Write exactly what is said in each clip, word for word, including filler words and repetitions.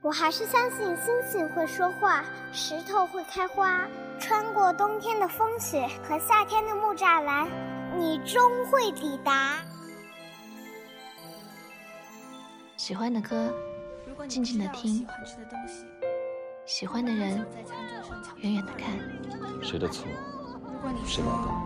我还是相信星星会说话，石头会开花。穿过冬天的风雪和夏天的木栅栏，你终会抵达。 喜欢的歌，静静的听；喜欢的人，远远的看。 谁的错？谁来的？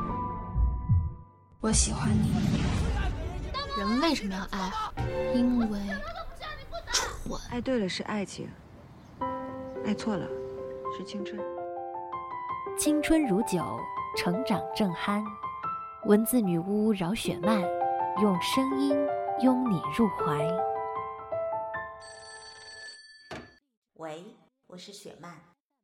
我喜欢你。 人为什么要爱好？因为蠢。 爱对了是爱情，爱错了是青春。 青春如酒，成长正酣。文字女巫饶雪漫，用声音拥你入怀。 喂，我是雪漫。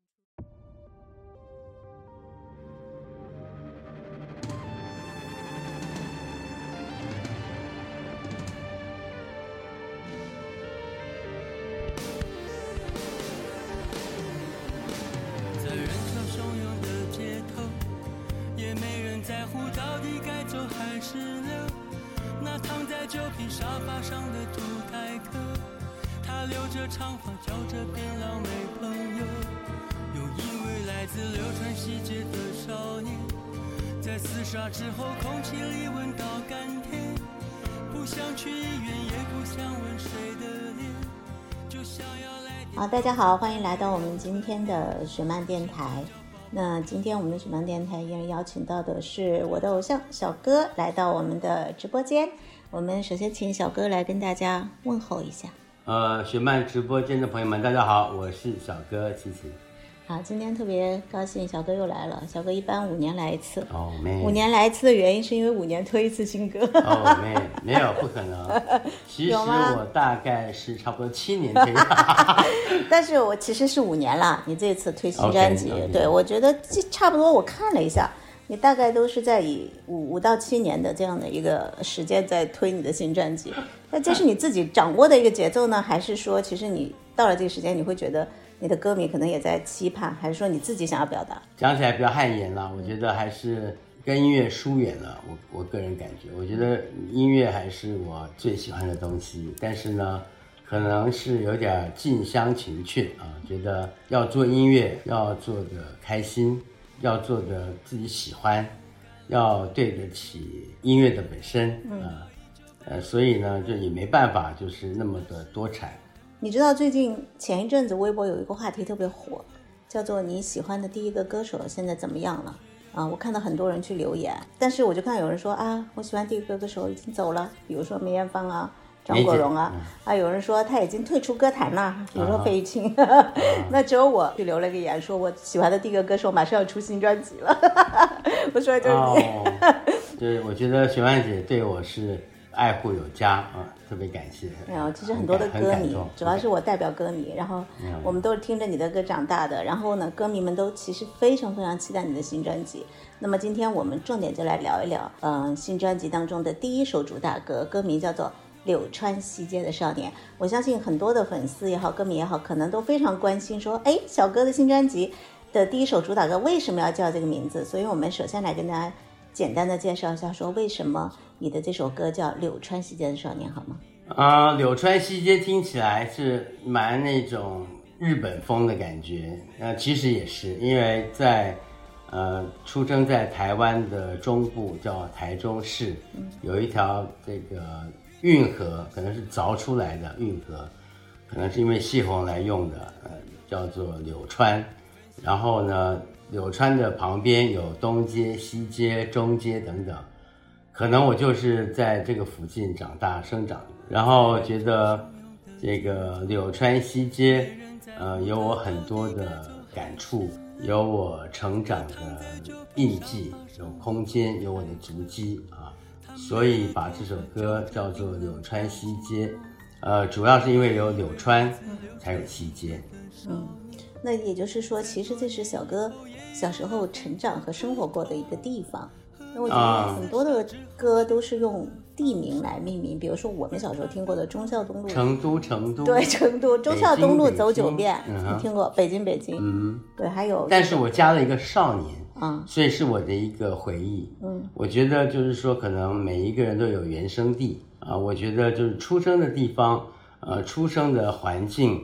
在人潮汹涌的街头，也没人在乎到底该走还是留。那躺在酒瓶沙发上的土台客，他留着长发，嚼着槟榔没朋友。有一位来自流川西街的少年，在厮杀之后空气里闻到甘甜，不想去医院，也不想吻谁的脸，就想要来。 好，大家好，欢迎来到我们今天的雪漫电台。那今天我们的雪漫电台依然邀请到的是我的偶像小哥来到我们的直播间。我们首先请小哥来跟大家问候一下。 呃，雪漫直播间的朋友们，大家好，我是小哥琪琪。 好，今天特别高兴，小哥又来了。小哥一般五年来一次。 哦，没。 五年来一次的原因是因为五年推一次新歌。 哦，没，没有，不可能。其实我大概是差不多七年推。 但是我其实是五年了。你这次推新专辑， okay, okay. 对，我觉得差不多。我看了一下，你大概都是在以五五到七年的这样的一个时间在推你的新专辑。那这是你自己掌握的一个节奏呢，还是说其实你到了这个时间，你会觉得？你的歌迷可能也在期盼，还是说你自己想要表达？ 讲起来比较汗颜了，我觉得还是跟音乐疏远了。我我个人感觉，我觉得音乐还是我最喜欢的东西，但是呢，可能是有点近乡情怯啊，觉得要做音乐，要做的开心，要做的自己喜欢，要对得起音乐的本身啊，呃，所以呢，就也没办法，就是那么的多产。 你知道最近前一阵子微博有一个话题特别火，叫做你喜欢的第一个歌手现在怎么样了啊？我看到很多人去留言，但是我就看到有人说啊，我喜欢第一个歌手已经走了，比如说梅艳芳啊、张国荣啊，啊，有人说他已经退出歌坛了，比如说费玉清，啊、那只有我去留了个言，说我喜欢的第一个歌手马上要出新专辑了，我说就是你， 哦、对，我觉得雪漫姐对我是爱护有加啊。特别感谢。 没有，其实很多的歌迷，主要是我代表歌迷，然后我们都是听着你的歌长大的，然后呢，歌迷们都其实非常非常期待你的新专辑。那么今天我们重点就来聊一聊，嗯、呃，新专辑当中的第一首主打歌，歌名叫做《柳川西街的少年》。我相信很多的粉丝也好，歌迷也好，可能都非常关心，说，哎，小哥的新专辑的第一首主打歌为什么要叫这个名字？所以我们首先来跟大家简单的介绍一下，说为什么你的这首歌叫《柳川西街的少年》好吗？ 啊、呃，柳川西街听起来是蛮那种日本风的感觉，呃，其实也是，因为在呃出生在台湾的中部叫台中市，有一条这个运河，可能是凿出来的运河，可能是因为泄洪来用的，呃，叫做柳川。然后呢，柳川的旁边有东街、西街、中街等等，可能我就是在这个附近长大生长的。然后觉得这个柳川西街，呃，有我很多的感触，有我成长的印记，有空间，有我的足迹啊，所以把这首歌叫做《柳川西街》，呃，主要是因为有柳川，才有西街。 嗯，那也就是说，其实这是小哥小时候成长和生活过的一个地方。那我觉得很多的歌都是用地名来命名，比如说我们小时候听过的忠孝东路， 成都成都， 对，成都忠孝东路走九遍，你听过？北京北京， 嗯， 对，还有， 但是我加了一个少年， 嗯， 所以是我的一个回忆， 嗯， 我觉得就是说，可能每一个人都有原生地啊，我觉得就是出生的地方，呃，出生的环境，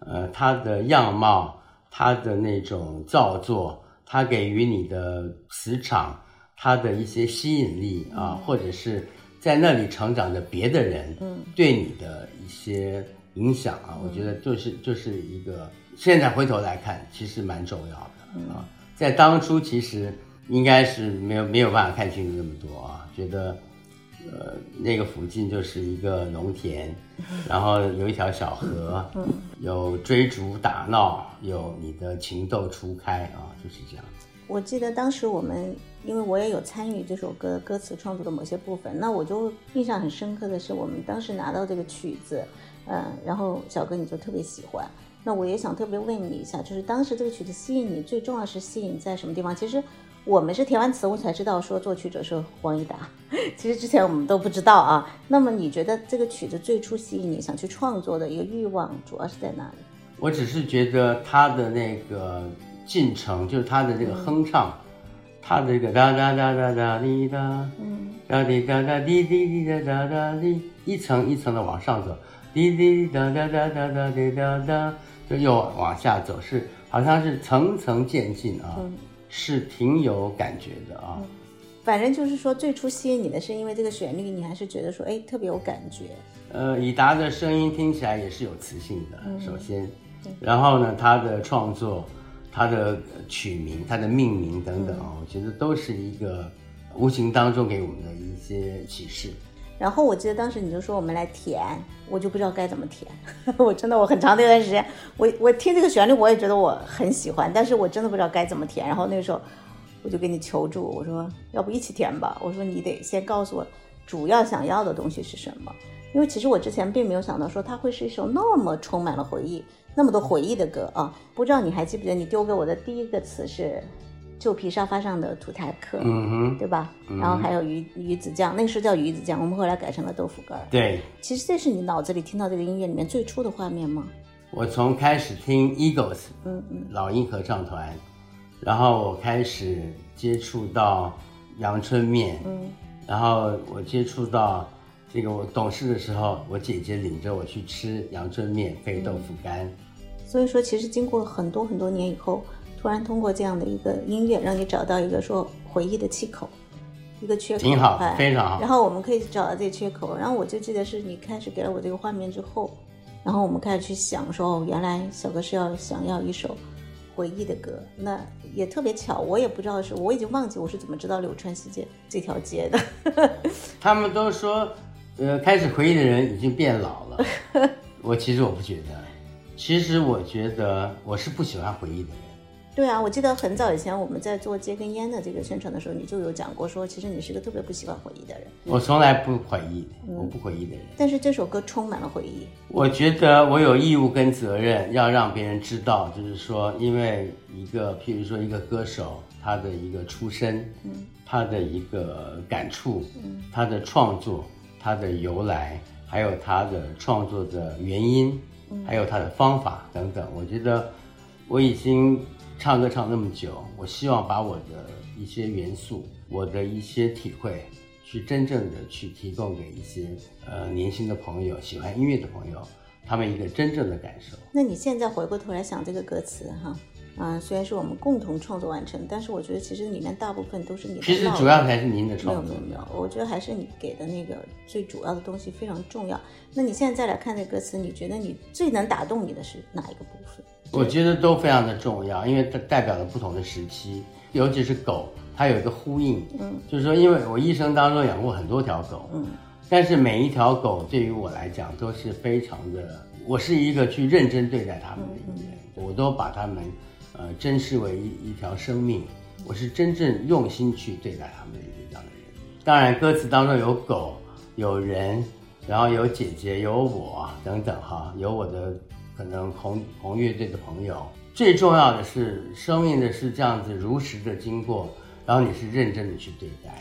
呃，他的样貌，他的那种造作，他给予你的磁场，他的一些吸引力啊，嗯、或者是在那里成长的别的人，嗯，对你的一些影响啊，嗯、我觉得就是就是一个，现在回头来看，其实蛮重要的、嗯、啊。在当初其实应该是没有没有办法看清楚那么多啊，觉得呃那个附近就是一个农田，然后有一条小河，嗯、有追逐打闹，有你的情窦初开啊，就是这样子。 我记得当时我们，因为我也有参与这首歌歌词创作的某些部分，那我就印象很深刻的是，我们当时拿到这个曲子，嗯，然后小哥你就特别喜欢。那我也想特别问你一下，就是当时这个曲子吸引你，最重要是吸引在什么地方？其实我们是填完词，我才知道说作曲者是黄义达，其实之前我们都不知道啊。那么你觉得这个曲子最初吸引你想去创作的一个欲望，主要是在哪里？ 我只是觉得他的那个进程，就是他的这个哼唱，嗯、他的这个哒哒哒哒哒滴哒，嗯，哒滴哒哒滴滴滴哒哒哒滴，一层一层的往上走，滴滴哒哒哒哒哒滴哒哒。就又往下走，是好像是层层渐进啊、嗯，是挺有感觉的啊、嗯。 反正就是说，最初吸引你的是因为这个旋律，你还是觉得说，哎，特别有感觉。 呃，以达的声音听起来也是有磁性的，嗯、首先，然后呢，他的创作、他的曲名、他的命名等等啊、嗯，我觉得都是一个无形当中给我们的一些启示。 然后我记得当时你就说我们来填，我就不知道该怎么填。我真的我很长的一段时间，我我听这个旋律我也觉得我很喜欢，但是我真的不知道该怎么填。然后那个时候我就给你求助，我说要不一起填吧。我说你得先告诉我主要想要的东西是什么，因为其实我之前并没有想到说它会是一首那么充满了回忆、那么多回忆的歌啊。不知道你还记不记得你丢给我的第一个词是旧皮沙发上的土台客， 嗯哼， 对吧？嗯、然后还有鱼鱼子酱，那个时候叫鱼子酱，我们后来改成了豆腐干。 对， 其实这是你脑子里听到这个音乐里面最初的画面吗？ 我从开始听 Eagles， 嗯嗯，老鹰合唱团，然后我开始接触到阳春面，嗯，然后我接触到这个，我懂事的时候，我姐姐领着我去吃阳春面配豆腐干。嗯、 所以说，其实经过很多很多年以后。突然通过这样的一个音乐，让你找到一个说回忆的气口，一个缺口， 挺好，非常好。 然后我们可以找到这个缺口，然后我就记得是你开始给了我这个画面之后，然后我们开始去想说，哦，原来小哥是要想要一首回忆的歌。那也特别巧，我也不知道是，我已经忘记我是怎么知道柳川西街这条街的。 他们都说，呃，开始回忆的人已经变老了。我其实我不觉得，其实我觉得我是不喜欢回忆的人。 对啊，我记得很早以前我们在做街跟烟的这个宣传的时候，你就有讲过说，其实你是个特别不喜欢回忆的人。 我从来不回忆，嗯、我不回忆的人。 但是这首歌充满了回忆。 我觉得我有义务跟责任要让别人知道，就是说，因为一个，譬如说一个歌手，他的一个出身，嗯，他的一个感触，嗯，他的创作，他的由来，还有他的创作的原因，嗯，还有他的方法等等。我觉得我已经。唱歌唱那么久，我希望把我的一些元素，我的一些体会，去真正的去提供给一些呃年轻的朋友，喜欢音乐的朋友，他们一个真正的感受。 那你现在回过头来想这个歌词哈，啊，虽然是我们共同创作完成，但是我觉得其实里面大部分都是你的。 其实主要还是您的创作。 没有没有没有，我觉得还是你给的那个最主要的东西非常重要。那你现在再来看这歌词，你觉得你最能打动你的是哪一个部分？ 我觉得都非常的重要，因为它代表了不同的时期，尤其是狗，它有一个呼应，嗯，就是说，因为我一生当中养过很多条狗，嗯，但是每一条狗对于我来讲都是非常的，我是一个去认真对待它们的一个人，嗯、我都把它们，呃，珍视为一一条生命，我是真正用心去对待它们的一个这样的人。当然，歌词当中有狗，有人，然后有姐姐，有我等等哈，有我的。可能红红乐队的朋友，最重要的是生命的是这样子如实的经过，然后你是认真的去对待。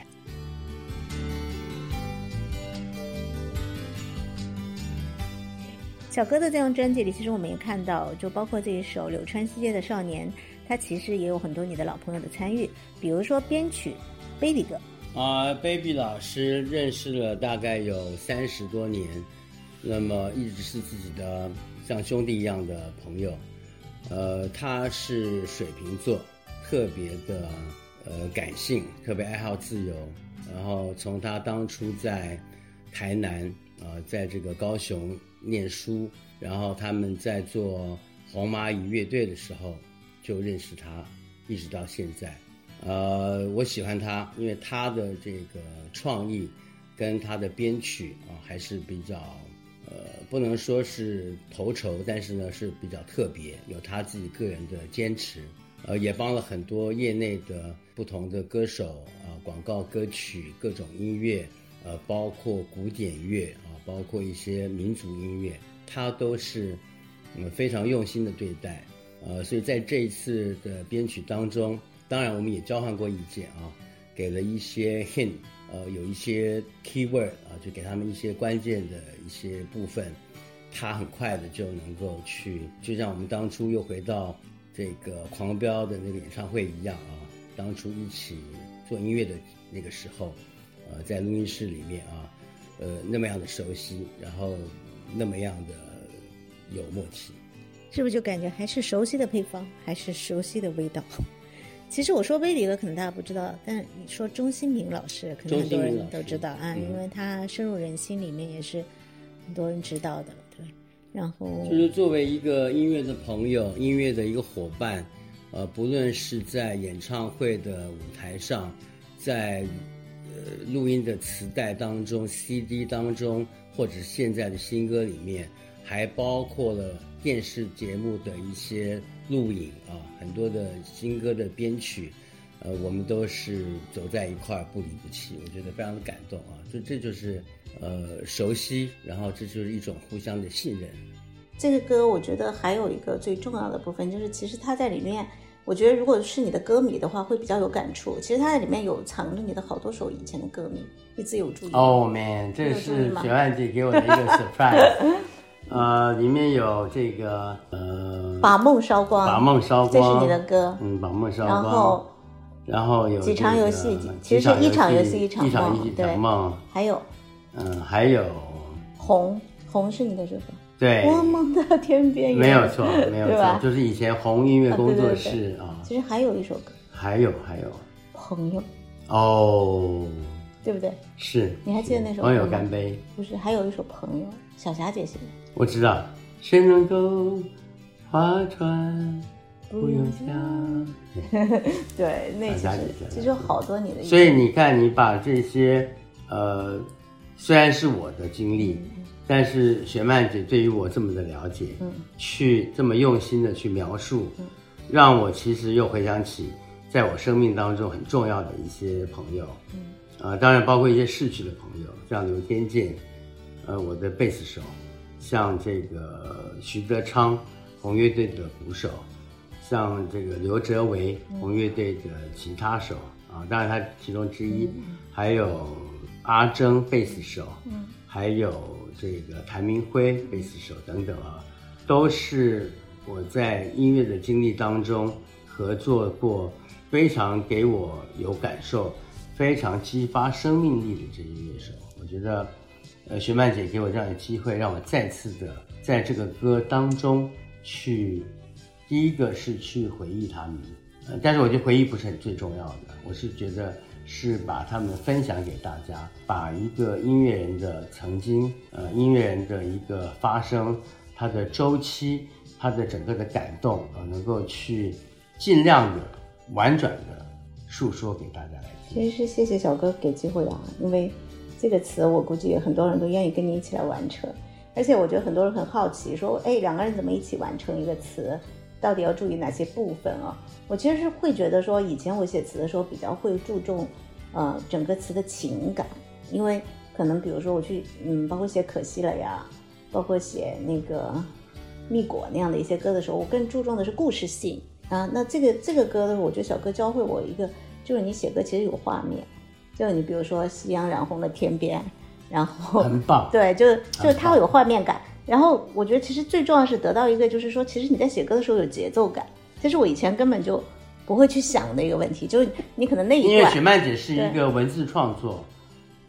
小哥的这张专辑里，其实我们也看到，就包括这一首《柳川西街的少年》，它其实也有很多你的老朋友的参与，比如说编曲 Baby 哥啊、呃、，Baby 老师认识了大概有三十多年。那么一直是自己的像兄弟一样的朋友。呃，他是水瓶座，特别的呃感性，特别爱好自由。然后从他当初在台南啊、呃，在这个高雄念书，然后他们在做黄蚂蚁乐队的时候就认识他，一直到现在。呃，我喜欢他，因为他的这个创意跟他的编曲啊，还是比较呃，不能说是头筹，但是呢是比较特别，有他自己个人的坚持。呃，也帮了很多业内的不同的歌手啊、呃，广告歌曲、各种音乐，呃，包括古典乐啊、呃，包括一些民族音乐，他都是嗯非常用心的对待。呃，所以在这一次的编曲当中，当然我们也交换过意见啊，给了一些 hint， 呃，有一些 keyword 啊，就给他们一些关键的一些部分，他很快的就能够去，就像我们当初又回到这个狂飙的那个演唱会一样啊，当初一起做音乐的那个时候，呃，在录音室里面啊，呃，那么样的熟悉，然后那么样的有默契， 是不是就感觉还是熟悉的配方，还是熟悉的味道？其实我说威里了，可能大家不知道，但你说钟兴民老师，可能很多人都知道啊，嗯、因为他深入人心，里面也是很多人知道的，对。然后就是作为一个音乐的朋友，音乐的一个伙伴，呃，不论是在演唱会的舞台上，在呃录音的磁带当中、C D 当中，或者是现在的新歌里面，还包括了电视节目的一些录影啊，很多的新歌的编曲，呃，我们都是走在一块儿不离不弃，我觉得非常的感动啊，就这就是呃熟悉，然后这就是一种互相的信任。 这个歌我觉得还有一个最重要的部分，就是其实它在里面，我觉得如果是你的歌迷的话会比较有感触，其实它在里面有藏着你的好多首以前的歌迷，你自己有注意吗？ 哦、oh, man， 这是雪万姐给我的一个 surprise 呃，里面有这个呃， 把梦烧光， 把梦烧光， 这是你的歌， 嗯，把梦烧光。 然后， 然后有、这个、 几场游戏，其实是一场游戏一场梦， 一场一场梦。 还有， 嗯，还有红红是你的这首， 对， 我梦到天边， 没有错，没有错，就是以前红音乐工作室啊。 对对对其实还有一首歌， 还有还有朋友， 哦， 对不对？ 是， 你还记得那首朋友干杯？ 不是，还有一首朋友，小霞姐写的。 我知道，谁能够划船不用桨？ 对，那其实其实有好多你的。 所以你看，你把这些呃，虽然是我的经历，嗯、但是雪曼姐对于我这么的了解，嗯，去这么用心的去描述，嗯，让我其实又回想起在我生命当中很重要的一些朋友，嗯，啊、呃，当然包括一些逝去的朋友，像刘天健，呃，我的贝斯手。像这个徐德昌红乐队的鼓手，像这个刘哲维红乐队的吉他手啊，当然他其中之一，还有阿征贝斯手，还有这个谭明辉贝斯手等等啊，都是我在音乐的经历当中合作过，非常给我有感受，非常激发生命力的这些乐手，我觉得。呃，雪曼姐给我这样的机会，让我再次的在这个歌当中去，第一个是去回忆他们，呃，但是我觉得回忆不是很最重要的，我是觉得是把他们分享给大家，把一个音乐人的曾经，呃，音乐人的一个发生，他的周期，他的整个的感动，呃，能够去尽量的婉转的述说给大家来听。 其实是谢谢小哥给机会啊，因为。这个词我估计很多人都愿意跟你一起来完成，而且我觉得很多人很好奇说，哎，两个人怎么一起完成一个词，到底要注意哪些部分啊？我其实是会觉得说，以前我写词的时候比较会注重呃整个词的情感，因为可能比如说我去嗯包括写可惜了呀，包括写那个蜜果那样的一些歌的时候，我更注重的是故事性啊。那这个这个歌呢，我觉得小哥教会我一个，就是你写歌其实有画面，就你比如说夕阳染红了天边，然后很棒， 对，就是就是它会有画面感。然后我觉得其实最重要是得到一个，就是说其实你在写歌的时候有节奏感，这是我以前根本就不会去想的一个问题，就是你可能那一段， 因为雪曼姐是一个文字创作，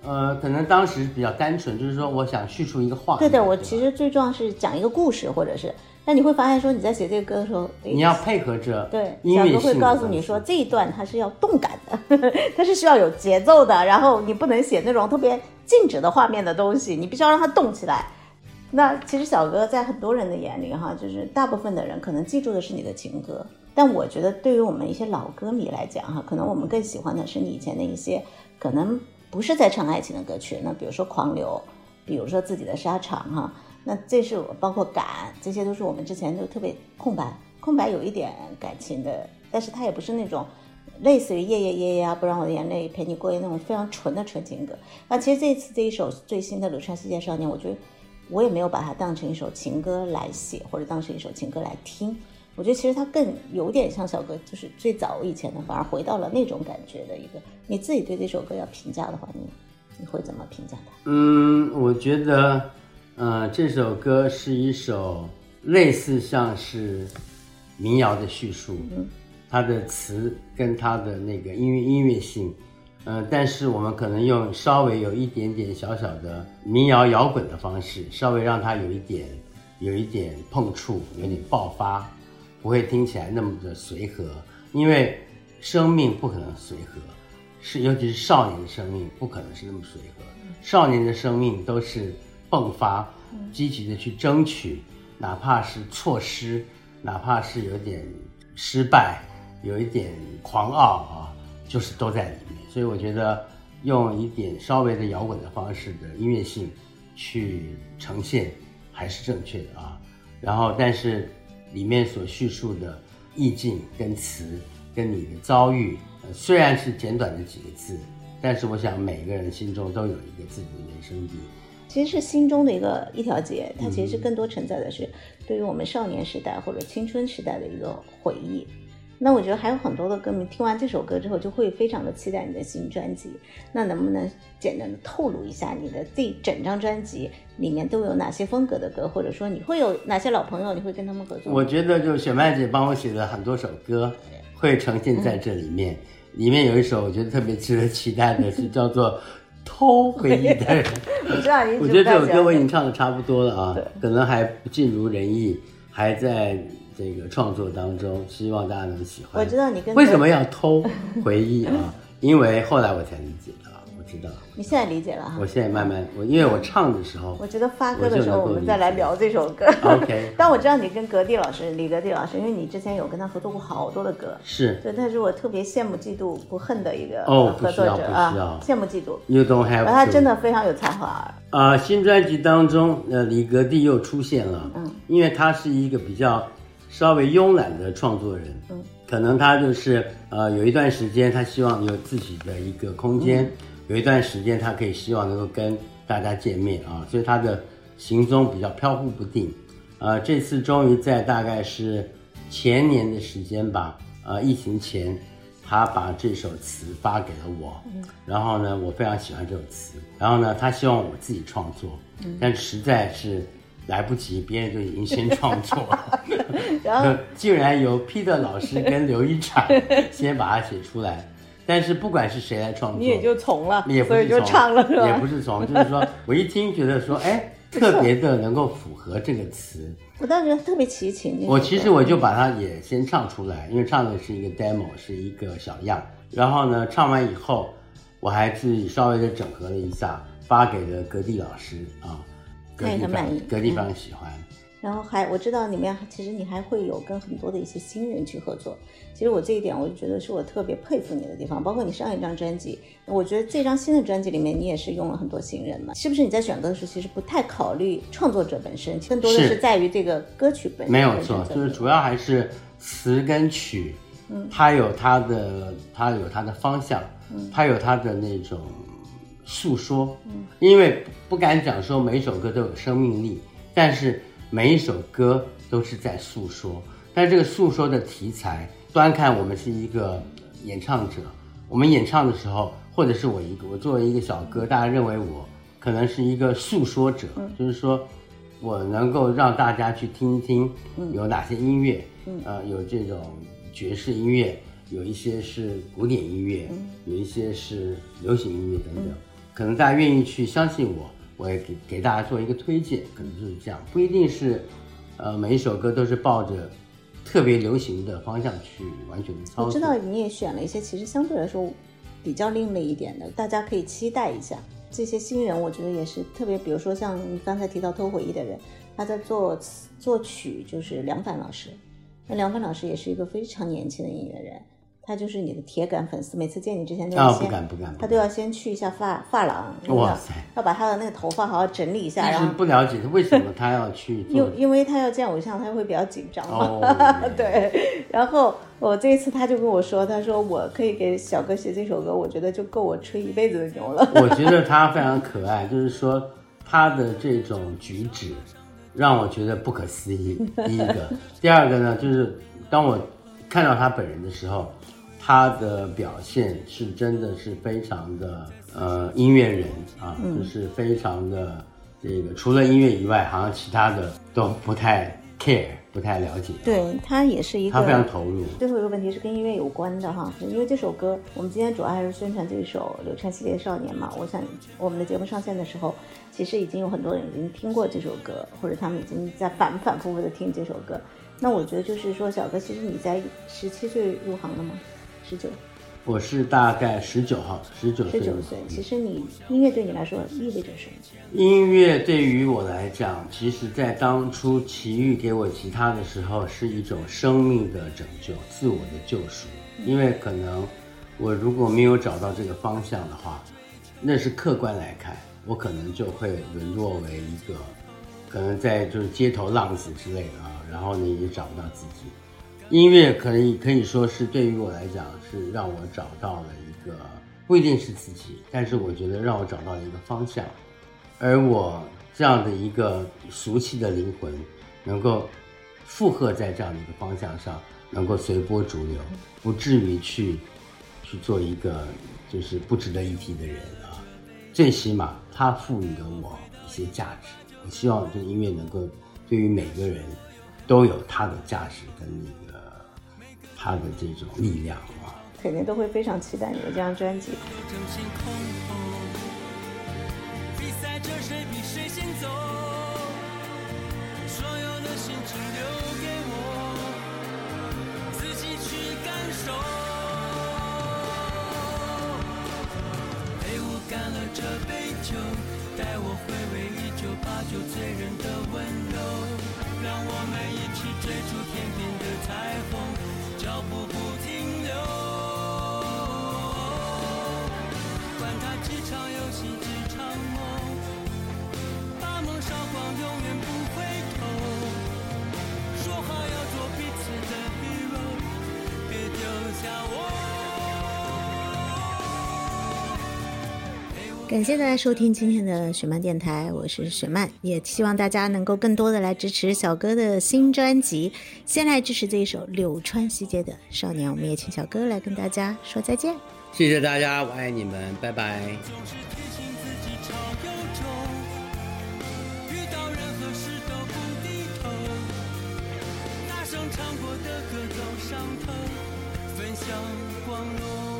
呃，可能当时比较单纯，就是说我想叙述一个画面。 对的，我其实最重要是讲一个故事，或者是，但你会发现说你在写这个歌的时候， 你要配合着对音乐性的小哥会告诉你说这一段它是要动感的，它是需要有节奏的，然后你不能写那种特别静止的画面的东西，你必须要让它动起来。那其实小哥在很多人的眼里哈，就是大部分的人可能记住的是你的情歌，但我觉得对于我们一些老歌迷来讲哈，可能我们更喜欢的是你以前的一些可能不是在唱爱情的歌曲，那比如说狂流，比如说自己的沙场哈，那这是我包括感，这些都是我们之前就特别空白，空白有一点感情的，但是它也不是那种类似于夜夜夜夜啊，不让我的眼泪陪你过夜那种非常纯的纯情歌。那其实这次这一首最新的《鲁川世界少年》，我觉得我也没有把它当成一首情歌来写，或者当成一首情歌来听。我觉得其实它更有点像小哥，就是最早以前的，反而回到了那种感觉的一个。你自己对这首歌要评价的话，你你会怎么评价它？ 嗯，我觉得，呃，这首歌是一首类似像是民谣的叙述，嗯，它的词跟它的那个音乐音乐性。呃，但是我们可能用稍微有一点点小小的民谣摇滚的方式，稍微让它有一点有一点碰触，有点爆发，不会听起来那么的随和，因为生命不可能随和，是尤其是少年的生命不可能是那么随和，少年的生命都是迸发，积极的去争取，哪怕是错失，哪怕是有点失败，有一点狂傲啊，就是都在里面。所以我觉得用一点稍微的摇滚的方式的音乐性去呈现还是正确的啊。然后但是里面所叙述的意境跟词跟你的遭遇，呃、虽然是简短的几个字，但是我想每个人心中都有一个自己的原生地， 其实是心中的一个一条结，它其实更多承载的是对于我们少年时代或者青春时代的一个回忆。那我觉得还有很多的歌迷听完这首歌之后就会非常的期待你的新专辑，那能不能简单的透露一下你的这整张专辑里面都有哪些风格的歌，或者说你会有哪些老朋友你会跟他们合作？ 我觉得就雪曼姐帮我写了很多首歌会呈现在这里面，嗯，里面有一首我觉得特别值得期待的是叫做偷回忆的人我知道你我觉得这首歌我已经唱的差不多了啊，可能还不尽如人意，还在这个创作当中，希望大家能喜欢。 我知道你跟为什么要偷回忆啊？因为后来我才理解的，我知道。 你现在理解了哈？ 我现在慢慢，我因为我唱的时候， 我觉得发歌的时候我们再来聊这首歌。 OK。 但我知道你跟格弟老师、李格弟老师，因为你之前有跟他合作过好多的歌， 是， 对，他是我特别羡慕、嫉妒、不恨的一个合作者啊， 羡慕、嫉妒。 You don't have to。 他真的非常有才华啊，呃！新专辑当中，呃，李格弟又出现了，嗯，因为他是一个比较稍微慵懒的创作人，嗯，可能他就是呃有一段时间他希望有自己的一个空间，嗯，有一段时间他可以希望能够跟大家见面啊，所以他的行踪比较飘忽不定。呃，这次终于在大概是前年的时间吧，呃，疫情前，他把这首词发给了我，嗯，然后呢，我非常喜欢这首词，然后呢，他希望我自己创作，嗯，但实在是来不及，别人就已经先创作了，然后竟然由 Peter 老师跟刘一产先把它写出来。但是不管是谁来创作， 你也就从了， 也不是从， 所以就唱了，是吧？ 也不是从，就是说我一听觉得说，哎，特别的能够符合这个词。 我当时觉得特别齐秦。 我其实我就把它也先唱出来，因为唱的是一个 demo， 是一个小样。然后呢，唱完以后，我还自己稍微的整合了一下，发给了格弟老师啊， 他也很满意， 格弟非常喜欢。 嗯，然后还我知道里面其实你还会有跟很多的一些新人去合作，其实我这一点我就觉得是我特别佩服你的地方，包括你上一张专辑，我觉得这张新的专辑里面你也是用了很多新人嘛，是不是你在选歌的时候其实不太考虑创作者本身，更多的是在于这个歌曲本身？ 没有错，就是主要还是词跟曲，嗯，它有它的它有它的方向，嗯，它有它的那种诉说，嗯，因为不敢讲说每一首歌都有生命力，但是每一首歌都是在诉说，但这个诉说的题材，端看我们是一个演唱者，我们演唱的时候，或者是我一个我作为一个小哥，大家认为我可能是一个诉说者，嗯，就是说我能够让大家去听一听有哪些音乐，嗯，呃，有这种爵士音乐，有一些是古典音乐，嗯，有一些是流行音乐等等，嗯， 可能大家愿意去相信我，我也给给大家做一个推荐，可能就是这样，不一定是呃每一首歌都是抱着特别流行的方向去完全的操作。 我知道你也选了一些其实相对来说比较另类一点的，大家可以期待一下。这些新人我觉得也是特别，比如说像你刚才提到偷回忆的人，他在做作曲就是梁凡老师，那梁凡老师也是一个非常年轻的音乐人，他就是你的铁杆粉丝，每次见你之前都要先、 哦、不敢不敢， 他都要先去一下发发廊， 哇塞， 要把他的那个头发好好整理一下。然后不了解他为什么他要去做， 因因为他要见偶像，他会比较紧张嘛。 哦、 对，然后我这一次他就跟我说，他说我可以给小哥写这首歌，我觉得就够我吹一辈子的牛了。 我觉得他非常可爱，就是说他的这种举止让我觉得不可思议。第一个，第二个呢，就是当我看到他本人的时候，他的表现是真的是非常的呃音乐人啊、嗯，就是非常的这个除了音乐以外，好像其他的都不太 care， 不太了解。 对，他也是一个， 他非常投入。 最后一个问题是跟音乐有关的哈，因为这首歌我们今天主要还是宣传这一首柳传系列的少年嘛。我想我们的节目上线的时候，其实已经有很多人已经听过这首歌，或者他们已经在反反复复的听这首歌。那我觉得就是说，小哥，其实你在十七岁入行的吗？十九， 我是大概十九号，十九岁。 十九岁，其实你音乐对你来说意味着什么？ 音乐对于我来讲，其实在当初齐豫给我吉他的时候，是一种生命的拯救，自我的救赎。因为可能我如果没有找到这个方向的话，那是客观来看，我可能就会沦落为一个可能在就是街头浪子之类的啊，然后你也找不到自己。音乐可以可以说是对于我来讲是让我找到了一个不一定是自己，但是我觉得让我找到了一个方向，而我这样的一个俗气的灵魂能够附和在这样的一个方向上，能够随波逐流，不至于去去做一个就是不值得一提的人啊。最起码它赋予了我一些价值，我希望这个音乐能够对于每个人都有它的价值跟那个他的这种力量啊， 肯定都会非常期待你的这张专辑。 比赛着谁比谁先走，所有的心情留给我自己去感受，陪我干了这杯酒，带我回味一九八九醉人的温柔，让我们一起追逐天边的彩虹，脚步不停留，管它几场游戏几场梦，把梦烧光永远不回头，说好要做彼此的 hero， 别丢下我。 感谢大家收听今天的雪漫电台，我是雪漫，也希望大家能够更多的来支持小哥的新专辑，先来支持这一首柳川西街的少年。我们也请小哥来跟大家说再见。 谢谢大家，我爱你们，拜拜。 总是提醒自己超有种，遇到任何事都不低头，大声唱过的歌走上头，分享光荣。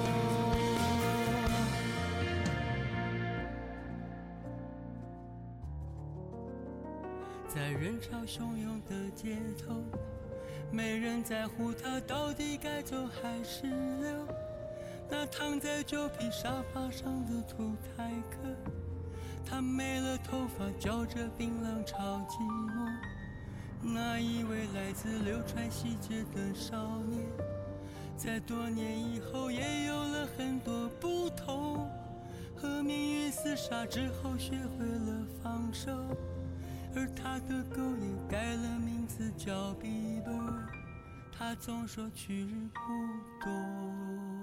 在人潮汹涌的街头，没人在乎他到底该走还是留，那躺在旧皮沙发上的土台客，他没了头发，嚼着槟榔超寂寞，那一位来自流川西街的少年，在多年以后也有了很多不同，和命运厮杀之后学会了放手，而他的狗也改了名字叫比伯，他总说去日不多。